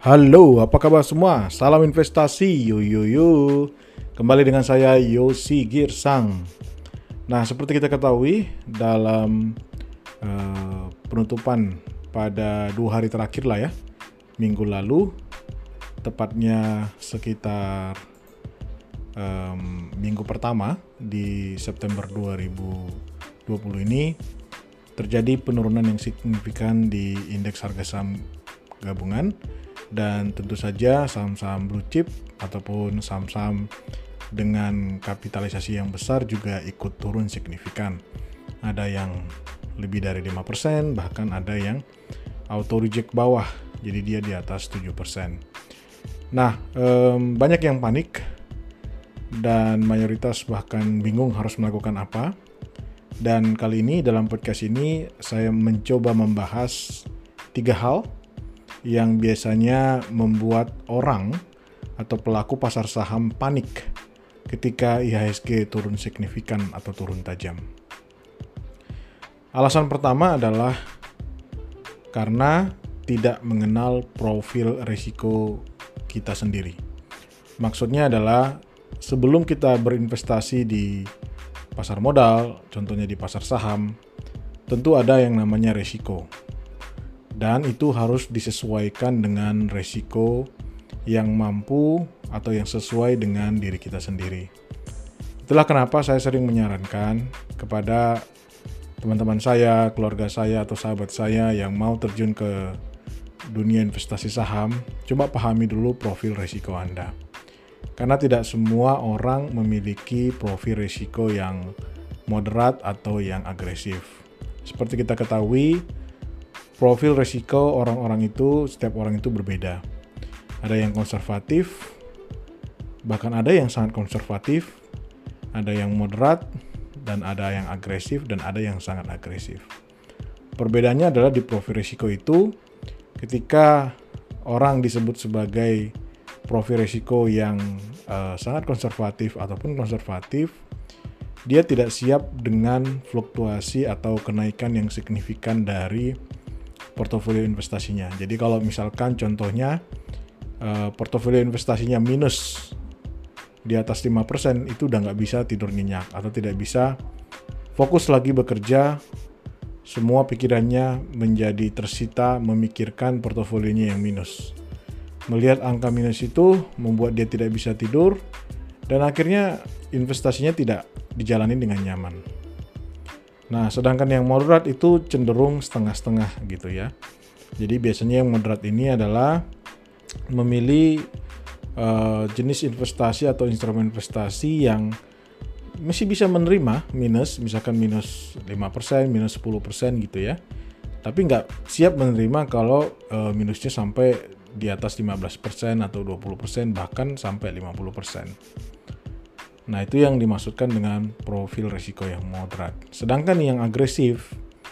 Halo, apa kabar semua? Salam investasi, yo yo yo. Kembali dengan saya Yosi Girsang. Nah, seperti kita ketahui dalam penutupan pada 2 hari terakhir lah ya, minggu lalu, tepatnya sekitar minggu pertama di September 2020 ini terjadi penurunan yang signifikan di indeks harga saham gabungan. Dan tentu saja saham-saham blue chip ataupun saham-saham dengan kapitalisasi yang besar juga ikut turun signifikan. Ada yang lebih dari 5%, bahkan ada yang auto reject bawah, jadi dia di atas 7%. Nah, banyak yang panik dan mayoritas bahkan bingung harus melakukan apa. Dan kali ini dalam podcast ini saya mencoba membahas 3 hal yang biasanya membuat orang atau pelaku pasar saham panik ketika IHSG turun signifikan atau turun tajam. Alasan pertama adalah karena tidak mengenal profil risiko kita sendiri. Maksudnya adalah sebelum kita berinvestasi di pasar modal, contohnya di pasar saham, tentu ada yang namanya risiko. Dan itu harus disesuaikan dengan resiko yang mampu atau yang sesuai dengan diri kita sendiri. Itulah kenapa saya sering menyarankan kepada teman-teman saya, keluarga saya, atau sahabat saya yang mau terjun ke dunia investasi saham, coba pahami dulu profil resiko Anda. Karena tidak semua orang memiliki profil resiko yang moderat atau yang agresif. Seperti kita ketahui, profil risiko orang-orang itu, setiap orang itu berbeda. Ada yang konservatif, bahkan ada yang sangat konservatif, ada yang moderat, dan ada yang agresif, dan ada yang sangat agresif. Perbedaannya adalah di profil risiko itu, ketika orang disebut sebagai profil risiko yang sangat konservatif ataupun konservatif, dia tidak siap dengan fluktuasi atau kenaikan yang signifikan dari portofolio investasinya. Jadi kalau misalkan contohnya portofolio investasinya minus di atas 5%, itu udah nggak bisa tidur nyenyak atau tidak bisa fokus lagi bekerja, semua pikirannya menjadi tersita memikirkan portofolionya yang minus. Melihat angka minus itu membuat dia tidak bisa tidur dan akhirnya investasinya tidak dijalani dengan nyaman. Nah, sedangkan yang moderat itu cenderung setengah-setengah gitu ya. Jadi biasanya yang moderat ini adalah memilih jenis investasi atau instrumen investasi yang masih bisa menerima minus, misalkan minus 5%, minus 10% gitu ya. Tapi nggak siap menerima kalau minusnya sampai di atas 15% atau 20%, bahkan sampai 50%. Nah, itu yang dimaksudkan dengan profil risiko yang moderat. Sedangkan yang agresif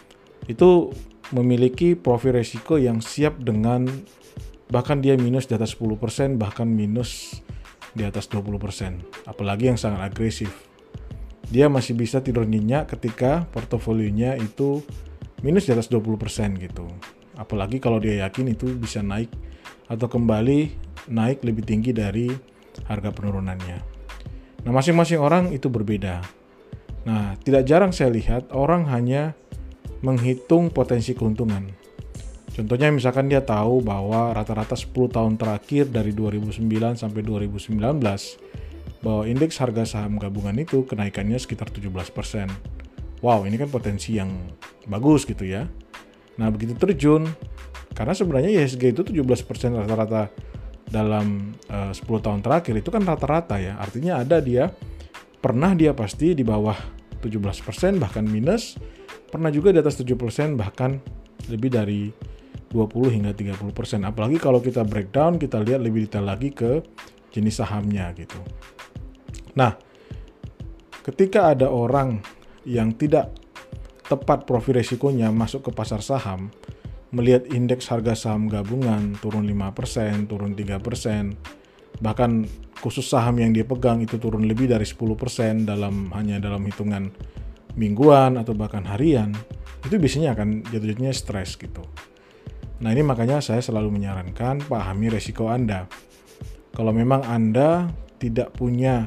itu memiliki profil risiko yang siap dengan bahkan dia minus di atas 10%, bahkan minus di atas 20%. Apalagi yang sangat agresif. Dia masih bisa tidur nyenyak ketika portofolionya itu minus di atas 20% gitu. Apalagi kalau dia yakin itu bisa naik atau kembali naik lebih tinggi dari harga penurunannya. Nah, masing-masing orang itu berbeda. Nah, tidak jarang saya lihat orang hanya menghitung potensi keuntungan. Contohnya misalkan dia tahu bahwa rata-rata 10 tahun terakhir dari 2009 sampai 2019, bahwa indeks harga saham gabungan itu kenaikannya sekitar 17%. Wow, ini kan potensi yang bagus gitu ya. Nah, begitu terjun, karena sebenarnya IHSG itu 17% rata-rata dalam 10 tahun terakhir itu kan rata-rata ya. Artinya pernah dia pasti di bawah 17% bahkan minus, pernah juga di atas 7% bahkan lebih dari 20 hingga 30%. Apalagi kalau kita breakdown, kita lihat lebih detail lagi ke jenis sahamnya gitu. Nah, ketika ada orang yang tidak tepat profil risikonya masuk ke pasar saham, melihat indeks harga saham gabungan turun 5%, turun 3%, bahkan khusus saham yang dia pegang itu turun lebih dari 10% hanya dalam hitungan mingguan atau bahkan harian, itu biasanya akan jatuhnya stres gitu. Nah, ini makanya saya selalu menyarankan pahami resiko Anda. Kalau memang Anda tidak punya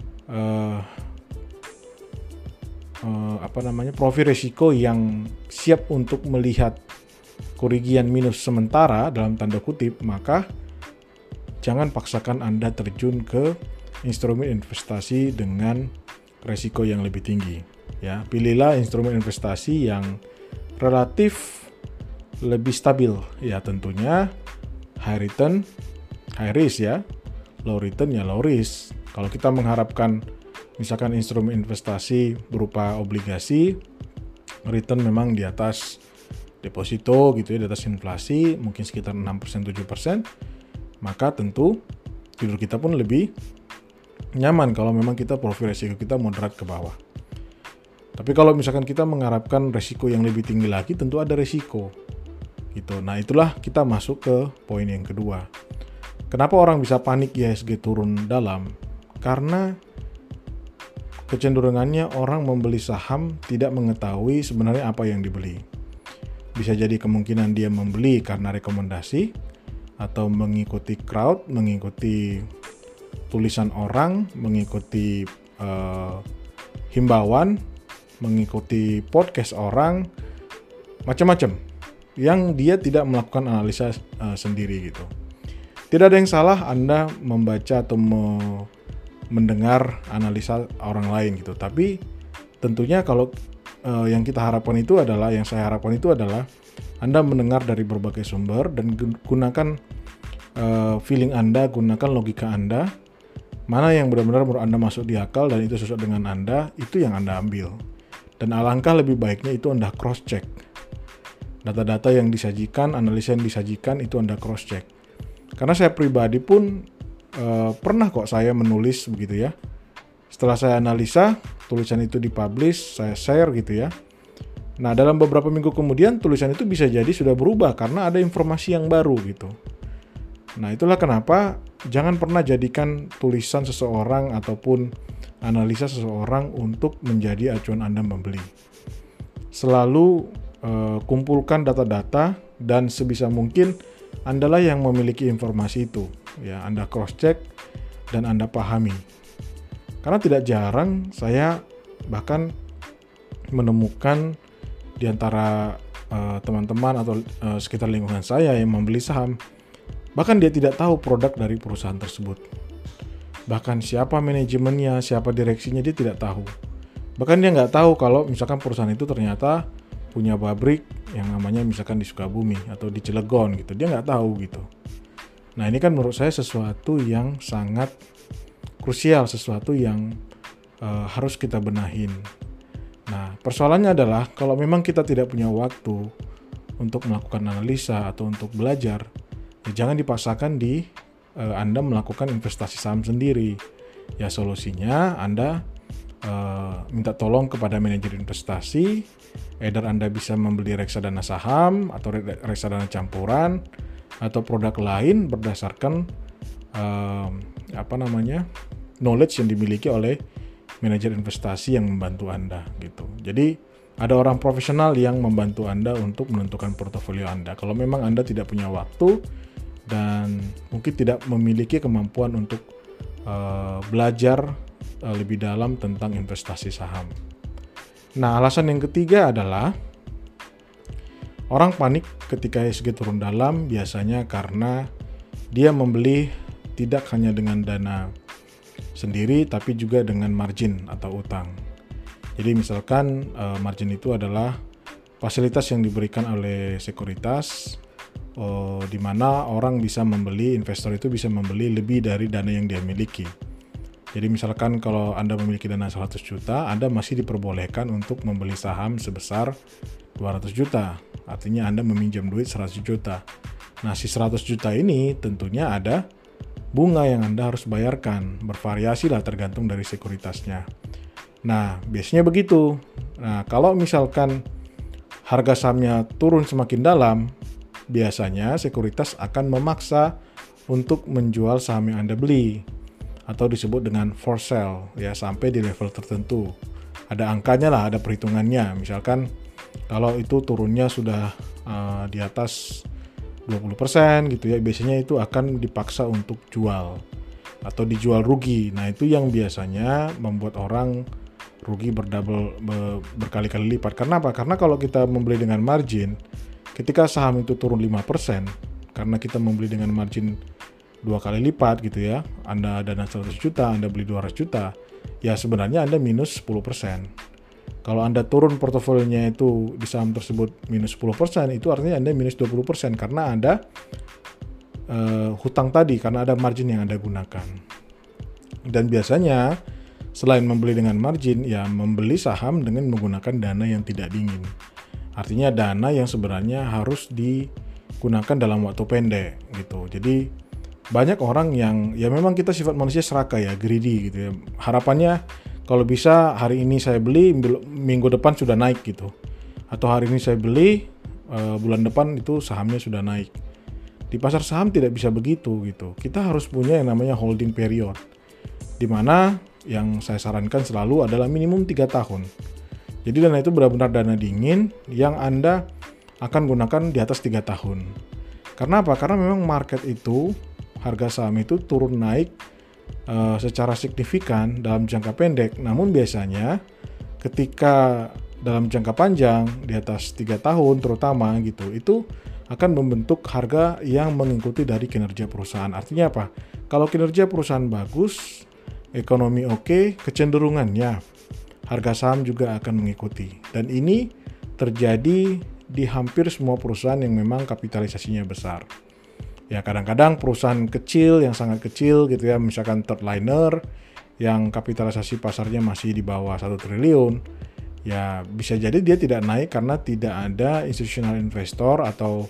profil resiko yang siap untuk melihat kerugian minus sementara dalam tanda kutip, maka jangan paksakan Anda terjun ke instrumen investasi dengan resiko yang lebih tinggi. Ya, pilihlah instrumen investasi yang relatif lebih stabil. Ya, tentunya high return, high risk ya. Low return ya low risk. Kalau kita mengharapkan misalkan instrumen investasi berupa obligasi, return memang di atas deposito gitu ya, di atas inflasi, mungkin sekitar 6%, 7%, maka tentu tidur kita pun lebih nyaman kalau memang kita profil resiko kita moderat ke bawah. Tapi kalau misalkan kita mengharapkan resiko yang lebih tinggi lagi, tentu ada resiko gitu. Nah, itulah kita masuk ke poin yang kedua. Kenapa orang bisa panik IHSG turun dalam? Karena kecenderungannya orang membeli saham tidak mengetahui sebenarnya apa yang dibeli. Bisa jadi kemungkinan dia membeli karena rekomendasi atau mengikuti crowd, mengikuti tulisan orang, mengikuti himbauan, mengikuti podcast orang, macam-macam yang dia tidak melakukan analisa sendiri gitu. Tidak ada yang salah Anda membaca atau mendengar analisa orang lain gitu. Tapi tentunya kalau yang kita harapkan itu adalah, yang saya harapkan itu adalah Anda mendengar dari berbagai sumber dan gunakan feeling Anda, gunakan logika Anda. Mana yang benar-benar menurut Anda masuk di akal dan itu sesuai dengan Anda, itu yang Anda ambil. Dan alangkah lebih baiknya itu Anda cross-check. Data-data yang disajikan, analisa yang disajikan itu Anda cross-check. Karena saya pribadi pun pernah kok saya menulis begitu ya. Setelah saya analisa, tulisan itu dipublish, saya share gitu ya. Nah, dalam beberapa minggu kemudian tulisan itu bisa jadi sudah berubah karena ada informasi yang baru gitu. Nah, itulah kenapa jangan pernah jadikan tulisan seseorang ataupun analisa seseorang untuk menjadi acuan Anda membeli. Selalu kumpulkan data-data dan sebisa mungkin Andalah yang memiliki informasi itu. Ya, Anda cross-check dan Anda pahami. Karena tidak jarang saya bahkan menemukan di antara teman-teman atau sekitar lingkungan saya yang membeli saham, bahkan dia tidak tahu produk dari perusahaan tersebut. Bahkan siapa manajemennya, siapa direksinya, dia tidak tahu. Bahkan dia nggak tahu kalau misalkan perusahaan itu ternyata punya pabrik yang namanya misalkan di Sukabumi atau di Cilegon gitu. Dia nggak tahu gitu. Nah, ini kan menurut saya sesuatu yang sangat krusial, sesuatu yang harus kita benahin. Nah, persoalannya adalah kalau memang kita tidak punya waktu untuk melakukan analisa atau untuk belajar, ya jangan dipaksakan Anda melakukan investasi saham sendiri. Ya, solusinya Anda minta tolong kepada manajer investasi, either Anda bisa membeli reksadana saham atau reksadana campuran atau produk lain berdasarkan knowledge yang dimiliki oleh manajer investasi yang membantu Anda gitu. Jadi ada orang profesional yang membantu Anda untuk menentukan portofolio Anda. Kalau memang Anda tidak punya waktu dan mungkin tidak memiliki kemampuan untuk belajar lebih dalam tentang investasi saham. Nah, alasan yang ketiga adalah orang panik ketika IHSG turun dalam biasanya karena dia membeli tidak hanya dengan dana sendiri tapi juga dengan margin atau utang. Jadi misalkan margin itu adalah fasilitas yang diberikan oleh sekuritas di mana orang bisa membeli, investor itu bisa membeli lebih dari dana yang dia miliki. Jadi misalkan kalau Anda memiliki dana 100 juta, Anda masih diperbolehkan untuk membeli saham sebesar 200 juta. Artinya Anda meminjam duit 100 juta. Nah, si 100 juta ini tentunya ada bunga yang Anda harus bayarkan. Bervariasi lah tergantung dari sekuritasnya. Nah, biasanya begitu. Nah, kalau misalkan harga sahamnya turun semakin dalam, biasanya sekuritas akan memaksa untuk menjual saham yang Anda beli. Atau disebut dengan for sale, ya, sampai di level tertentu. Ada angkanya lah, ada perhitungannya. Misalkan kalau itu turunnya sudah di atas 20% gitu ya, biasanya itu akan dipaksa untuk jual atau dijual rugi. Nah, itu yang biasanya membuat orang rugi berkali-kali lipat. Karena apa? Karena kalau kita membeli dengan margin, ketika saham itu turun 5%, karena kita membeli dengan margin 2 kali lipat gitu ya, Anda dana 100 juta, Anda beli 200 juta, ya sebenarnya Anda minus 10%. Kalau Anda turun portofolionya itu di saham tersebut minus 10%, itu artinya Anda minus 20% karena Anda hutang tadi, karena ada margin yang Anda gunakan. Dan biasanya selain membeli dengan margin, ya membeli saham dengan menggunakan dana yang tidak dingin. Artinya dana yang sebenarnya harus digunakan dalam waktu pendek gitu. Jadi banyak orang yang, ya memang kita sifat manusia serakah ya, greedy gitu ya. Harapannya kalau bisa hari ini saya beli, minggu depan sudah naik gitu. Atau hari ini saya beli, bulan depan itu sahamnya sudah naik. Di pasar saham tidak bisa begitu gitu. Kita harus punya yang namanya holding period, di mana yang saya sarankan selalu adalah minimum 3 tahun. Jadi dana itu benar-benar dana dingin yang Anda akan gunakan di atas 3 tahun. Karena apa? Karena memang market itu, harga saham itu turun naik secara signifikan dalam jangka pendek. Namun biasanya ketika dalam jangka panjang, di atas 3 tahun terutama gitu, itu akan membentuk harga yang mengikuti dari kinerja perusahaan. Artinya apa? Kalau kinerja perusahaan bagus, ekonomi oke, kecenderungannya harga saham juga akan mengikuti. Dan ini terjadi di hampir semua perusahaan yang memang kapitalisasinya besar. Ya kadang-kadang perusahaan kecil yang sangat kecil gitu ya, misalkan third liner yang kapitalisasi pasarnya masih di bawah 1 triliun, ya bisa jadi dia tidak naik karena tidak ada institutional investor atau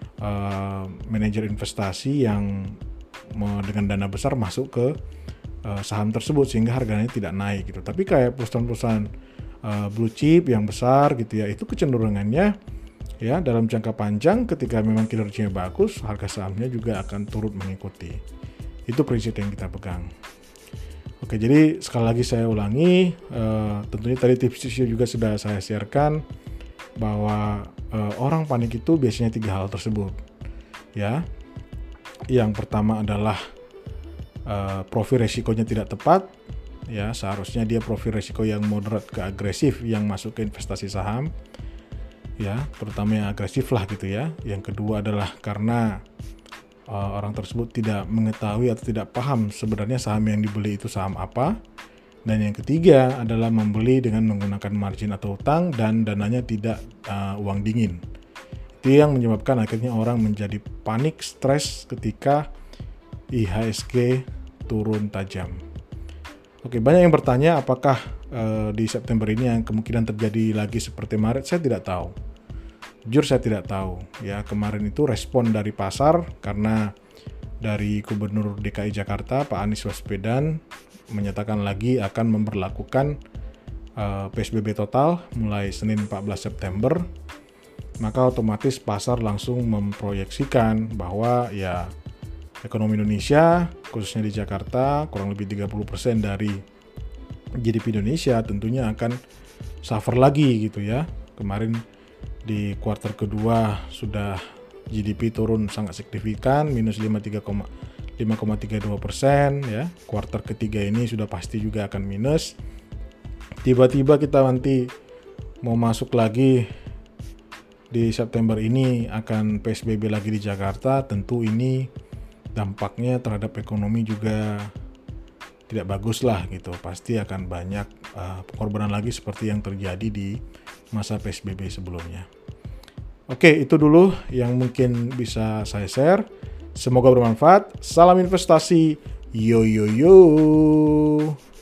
manajer investasi yang dengan dana besar masuk ke saham tersebut sehingga harganya tidak naik gitu. Tapi kayak perusahaan-perusahaan blue chip yang besar gitu ya, itu kecenderungannya ya dalam jangka panjang ketika memang kinerjanya bagus, harga sahamnya juga akan turut mengikuti. Itu prinsip yang kita pegang. Oke, jadi sekali lagi saya ulangi, tentunya tadi tips-tipsnya juga sudah saya sharekan bahwa orang panik itu biasanya 3 hal tersebut. Ya, yang pertama adalah profil resikonya tidak tepat. Ya, seharusnya dia profil resiko yang moderat ke agresif yang masuk ke investasi saham. Ya, terutama yang agresif lah gitu ya. Yang kedua adalah karena orang tersebut tidak mengetahui atau tidak paham sebenarnya saham yang dibeli itu saham apa. Dan yang ketiga adalah membeli dengan menggunakan margin atau utang dan dananya tidak uang dingin. Itu yang menyebabkan akhirnya orang menjadi panik, stres ketika IHSG turun tajam. Oke, banyak yang bertanya apakah di September ini yang kemungkinan terjadi lagi seperti Maret. Saya tidak tahu. Jujur saya tidak tahu. Ya, kemarin itu respon dari pasar karena dari Gubernur DKI Jakarta Pak Anies Baswedan menyatakan lagi akan memberlakukan PSBB total mulai Senin 14 September. Maka otomatis pasar langsung memproyeksikan bahwa ya ekonomi Indonesia, khususnya di Jakarta, kurang lebih 30% dari GDP Indonesia tentunya akan suffer lagi gitu ya. Kemarin di kuartal kedua sudah GDP turun sangat signifikan, minus 5,32% ya. Kuartal ketiga ini sudah pasti juga akan minus. Tiba-tiba kita nanti mau masuk lagi di September ini akan PSBB lagi di Jakarta, tentu ini dampaknya terhadap ekonomi juga tidak bagus lah gitu. Pasti akan banyak pengorbanan lagi seperti yang terjadi di masa PSBB sebelumnya. Oke, itu dulu yang mungkin bisa saya share. Semoga bermanfaat. Salam investasi. Yo yo yo.